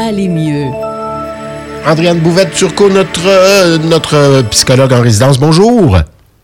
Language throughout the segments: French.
aller mieux. Andréane Bouvette-Turcot, notre psychologue en résidence. Bonjour.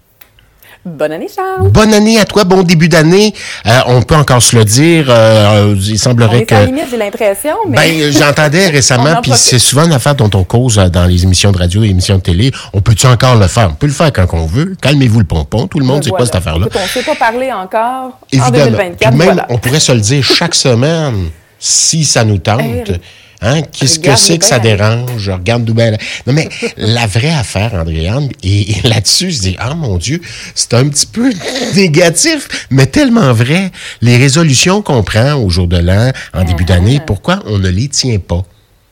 Bonne année, Charles. Bonne année à toi, bon début d'année. On peut encore se le dire. Il semblerait que... On est à la limite, j'ai l'impression, mais... j'entendais récemment, puis c'est souvent une affaire dont on cause dans les émissions de radio et émissions de télé. On peut-tu encore le faire? On peut le faire quand on veut. Calmez-vous le pompon. Tout le monde sait quoi cette affaire-là. Écoute, on ne sait pas parler encore Évidemment. en 2024. Puis même, voilà. on pourrait se le dire chaque semaine, si ça nous tente. Hein? Qu'est-ce que c'est que ça dérange? Regarde d'où bien... Non, mais la vraie affaire, Andréane, et là-dessus, je dis, ah mon Dieu, c'est un petit peu négatif, mais tellement vrai. Les résolutions qu'on prend au jour de l'an, en début d'année, pourquoi on ne les tient pas?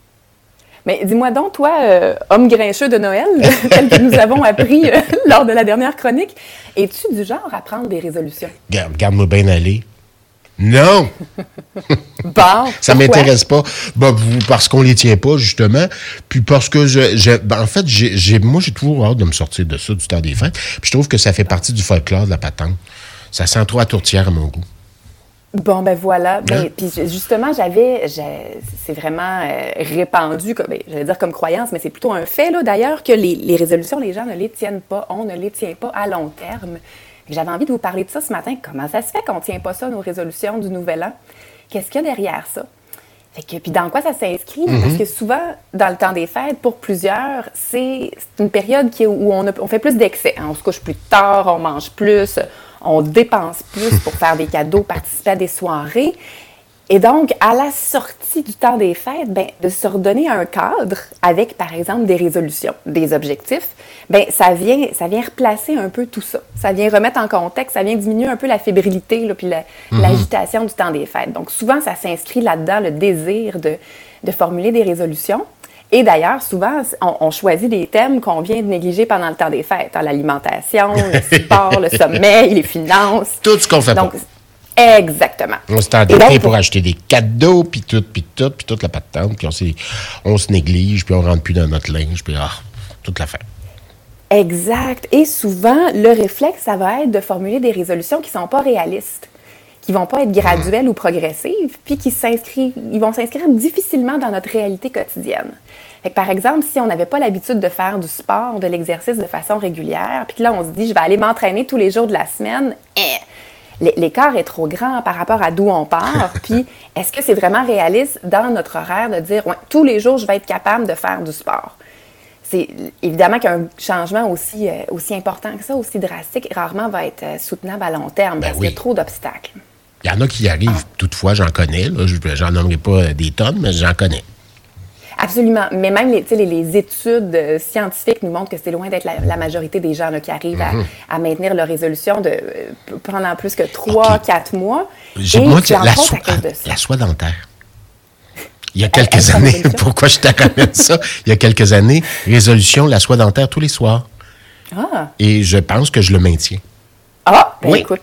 Mais dis-moi donc, toi, homme grincheux de Noël, tel que nous avons appris lors de la dernière chronique, es-tu du genre à prendre des résolutions? Regarde-moi bien aller. Non! Bon, ça m'intéresse pas. Parce qu'on les tient pas, justement. Puis parce que en fait, moi, j'ai toujours hâte de me sortir de ça, du temps des fêtes. Puis je trouve que ça fait partie du folklore de la patente. Ça sent trop à tourtière à mon goût. Bon, ben voilà. Puis justement, c'est vraiment répandu, j'allais dire comme croyance, mais c'est plutôt un fait, là, d'ailleurs, que les résolutions, les gens ne les tiennent pas. On ne les tient pas à long terme. J'avais envie de vous parler de ça ce matin. Comment ça se fait qu'on ne tient pas ça, nos résolutions du Nouvel An? Qu'est-ce qu'il y a derrière ça? Puis dans quoi ça s'inscrit? Parce que souvent, dans le temps des fêtes, pour plusieurs, c'est une période où on fait plus d'excès. On se couche plus tard, on mange plus, on dépense plus pour faire des cadeaux, participer à des soirées. Et donc, à la sortie du temps des fêtes, de se redonner un cadre avec, par exemple, des résolutions, des objectifs, ça vient replacer un peu tout ça. Ça vient remettre en contexte, ça vient diminuer un peu la fébrilité, là, puis l'agitation du temps des fêtes. Donc, souvent, ça s'inscrit là-dedans, le désir de formuler des résolutions. Et d'ailleurs, souvent, on choisit des thèmes qu'on vient de négliger pendant le temps des fêtes. L'alimentation, le sport, le sommeil, les finances. Tout ce qu'on fait pas. Exactement. On s'est endetté pour acheter des cadeaux, puis toute la patente, puis on se néglige, puis on rentre plus dans notre linge, puis toute l'affaire. Exact. Et souvent, le réflexe, ça va être de formuler des résolutions qui ne sont pas réalistes, qui ne vont pas être graduelles ou progressives, puis ils vont s'inscrire difficilement dans notre réalité quotidienne. Fait que, par exemple, si on n'avait pas l'habitude de faire du sport, de l'exercice de façon régulière, puis que là, on se dit, je vais aller m'entraîner tous les jours de la semaine, l'écart est trop grand par rapport à d'où on part. Puis, est-ce que c'est vraiment réaliste dans notre horaire de dire, tous les jours, je vais être capable de faire du sport? C'est évidemment qu'un changement aussi important que ça, aussi drastique, rarement va être soutenable à long terme parce qu'il y a trop d'obstacles. Il y en a qui y arrivent, toutefois, j'en connais. Là, j'en nommerai pas des tonnes, mais j'en connais. Absolument. Mais même les études scientifiques nous montrent que c'est loin d'être la majorité des gens là, qui arrivent à maintenir leur résolution pendant plus que 3-4 mois. La soie dentaire. Il y a quelques années, pourquoi je te ramène ça? Il y a quelques années, résolution, la soie dentaire tous les soirs. Ah. Et je pense que je le maintiens. Ah, écoute.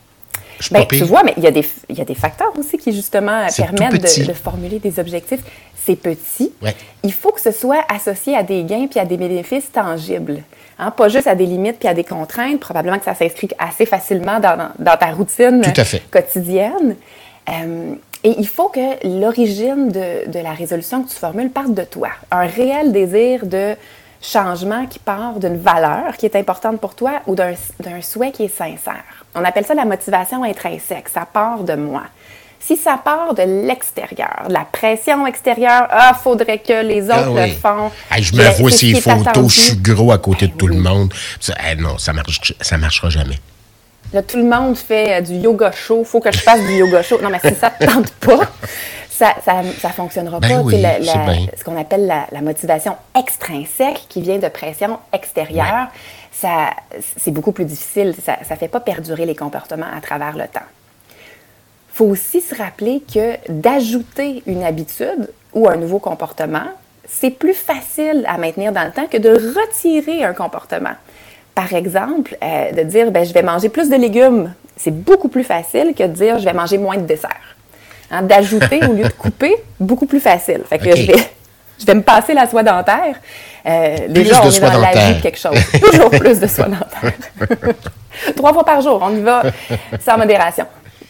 Tu vois, mais il y a des facteurs aussi qui, justement, permettent de formuler des objectifs. C'est petit. Ouais. Il faut que ce soit associé à des gains puis à des bénéfices tangibles. Pas juste à des limites puis à des contraintes. Probablement que ça s'inscrit assez facilement dans ta routine quotidienne. Et il faut que l'origine de la résolution que tu formules parte de toi. Un réel désir de changement qui part d'une valeur qui est importante pour toi ou d'un souhait qui est sincère. On appelle ça la motivation intrinsèque. Ça part de moi. Si ça part de l'extérieur, de la pression extérieure, faudrait que les autres le font. Je me vois ces photos, je suis gros à côté de tout le monde. Non, ça marchera jamais. Là, tout le monde fait du yoga chaud. Faut que je fasse du yoga chaud. Non, mais si ça ne te tente pas, ça fonctionnera pas. Oui, ce qu'on appelle la motivation extrinsèque qui vient de pression extérieure, c'est beaucoup plus difficile. Ça ne fait pas perdurer les comportements à travers le temps. Il faut aussi se rappeler que d'ajouter une habitude ou un nouveau comportement, c'est plus facile à maintenir dans le temps que de retirer un comportement. Par exemple, de dire je vais manger plus de légumes, c'est beaucoup plus facile que de dire je vais manger moins de dessert. D'ajouter au lieu de couper, beaucoup plus facile. Fait que je vais me passer la soie dentaire. Déjà, on est dans l'avis de quelque chose. Toujours plus de soie dentaire. 3 fois par jour, on y va sans modération.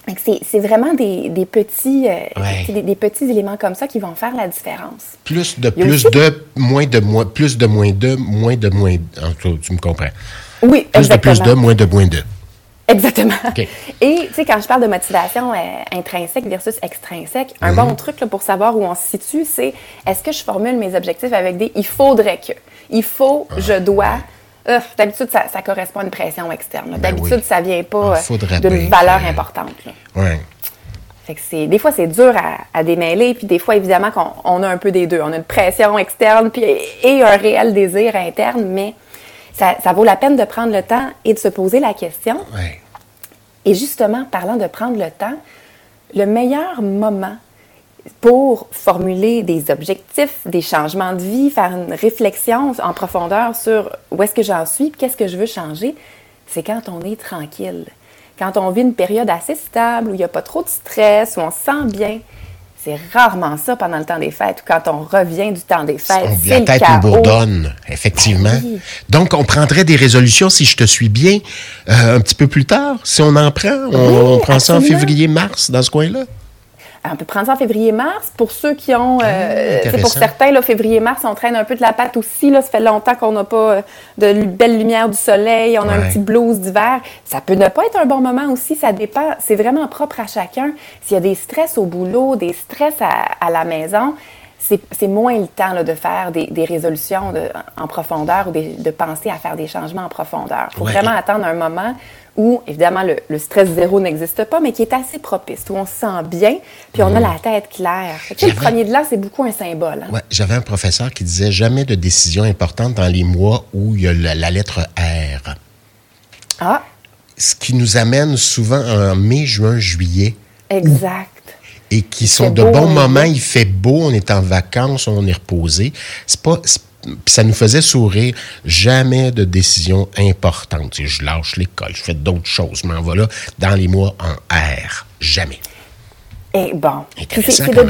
C'est vraiment des petits, des petits éléments comme ça qui vont faire la différence. Plus de, moins de, moins, plus de, moins de, moins de, moins de. Tu me comprends? Oui, exactement. Plus de, moins de, moins de. Exactement. Okay. Et, tu sais, quand je parle de motivation intrinsèque versus extrinsèque, un bon truc là, pour savoir où on se situe, c'est est-ce que je formule mes objectifs avec des « il faudrait que ». Il faut, je dois. D'habitude, ça correspond à une pression externe. D'habitude, ça ne vient pas d'une valeur importante. Oui. Fait que des fois, c'est dur à démêler, puis des fois, évidemment, qu'on a un peu des deux. On a une pression externe et un réel désir interne, mais ça vaut la peine de prendre le temps et de se poser la question. Oui. Et justement, parlant de prendre le temps, le meilleur moment pour formuler des objectifs, des changements de vie, faire une réflexion en profondeur sur où est-ce que j'en suis, qu'est-ce que je veux changer, c'est quand on est tranquille. Quand on vit une période assez stable, où il n'y a pas trop de stress, où on se sent bien. C'est rarement ça pendant le temps des fêtes ou quand on revient du temps des fêtes. La tête nous bourdonne, effectivement. Oui. Donc, on prendrait des résolutions, si je te suis bien, un petit peu plus tard, si on en prend. On prend ça en février-mars, dans ce coin-là. On peut prendre ça en février-mars. Pour ceux qui ont... pour certains, là, février-mars, on traîne un peu de la patte aussi. Là, ça fait longtemps qu'on n'a pas de belle lumière du soleil. On a un petit blues d'hiver. Ça peut ne pas être un bon moment aussi. Ça dépend. C'est vraiment propre à chacun. S'il y a des stress au boulot, des stress à la maison, c'est moins le temps là, de faire des résolutions en profondeur ou de penser à faire des changements en profondeur. Il faut vraiment attendre un moment où, évidemment, le stress zéro n'existe pas, mais qui est assez propice, où on se sent bien, puis on a la tête claire. Le premier de l'an, c'est beaucoup un symbole. Hein? Ouais, j'avais un professeur qui disait « Jamais de décision importante dans les mois où il y a la lettre R ». Ah! Ce qui nous amène souvent en mai, juin, juillet. Exact. Et qui sont de bons moments, il fait beau, on est en vacances, on est reposé. Puis ça nous faisait sourire. Jamais de décision importante. Tu sais, je lâche l'école, je fais d'autres choses. Je m'en vais là dans les mois en R. Jamais. Et bon, c'est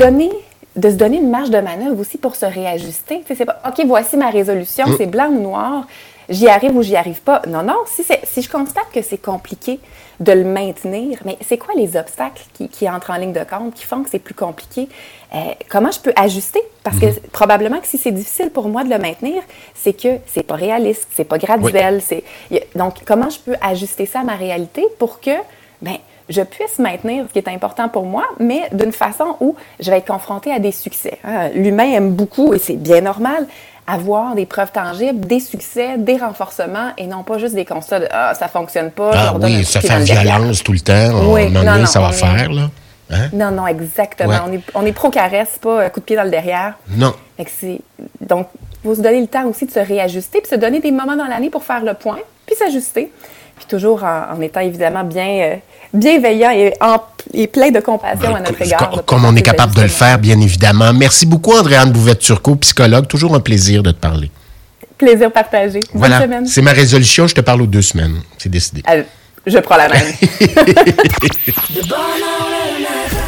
de se donner une marge de manœuvre aussi pour se réajuster. Tu sais, c'est pas, OK, voici ma résolution, c'est blanc ou noir. J'y arrive ou j'y arrive pas. Non, si je constate que c'est compliqué de le maintenir, mais c'est quoi les obstacles qui entrent en ligne de compte, qui font que c'est plus compliqué? Comment je peux ajuster? Parce que probablement que si c'est difficile pour moi de le maintenir, c'est que c'est pas réaliste, c'est pas graduel. Donc, comment je peux ajuster ça à ma réalité pour que je puisse maintenir ce qui est important pour moi, mais d'une façon où je vais être confrontée à des succès. Hein? L'humain aime beaucoup, et c'est bien normal, avoir des preuves tangibles, des succès, des renforcements, et non pas juste des constats de « Ah, ça fonctionne pas, je leur donne un coup de pied dans le derrière. » violence tout le temps, ça va faire, là. Hein? Non, exactement. Ouais. On est pro-caresse, pas coup de pied dans le derrière. Non. Donc, il faut se donner le temps aussi de se réajuster, puis se donner des moments dans l'année pour faire le point, puis s'ajuster. Puis toujours en étant évidemment bienveillant et plein de compassion à notre égard. Comme on est capable de le faire, bien évidemment. Merci beaucoup, Andréanne Bouvette-Turcot, psychologue. Toujours un plaisir de te parler. Plaisir partagé. Voilà. Bonne semaine. C'est ma résolution. Je te parle aux 2 semaines. C'est décidé. Je prends la même.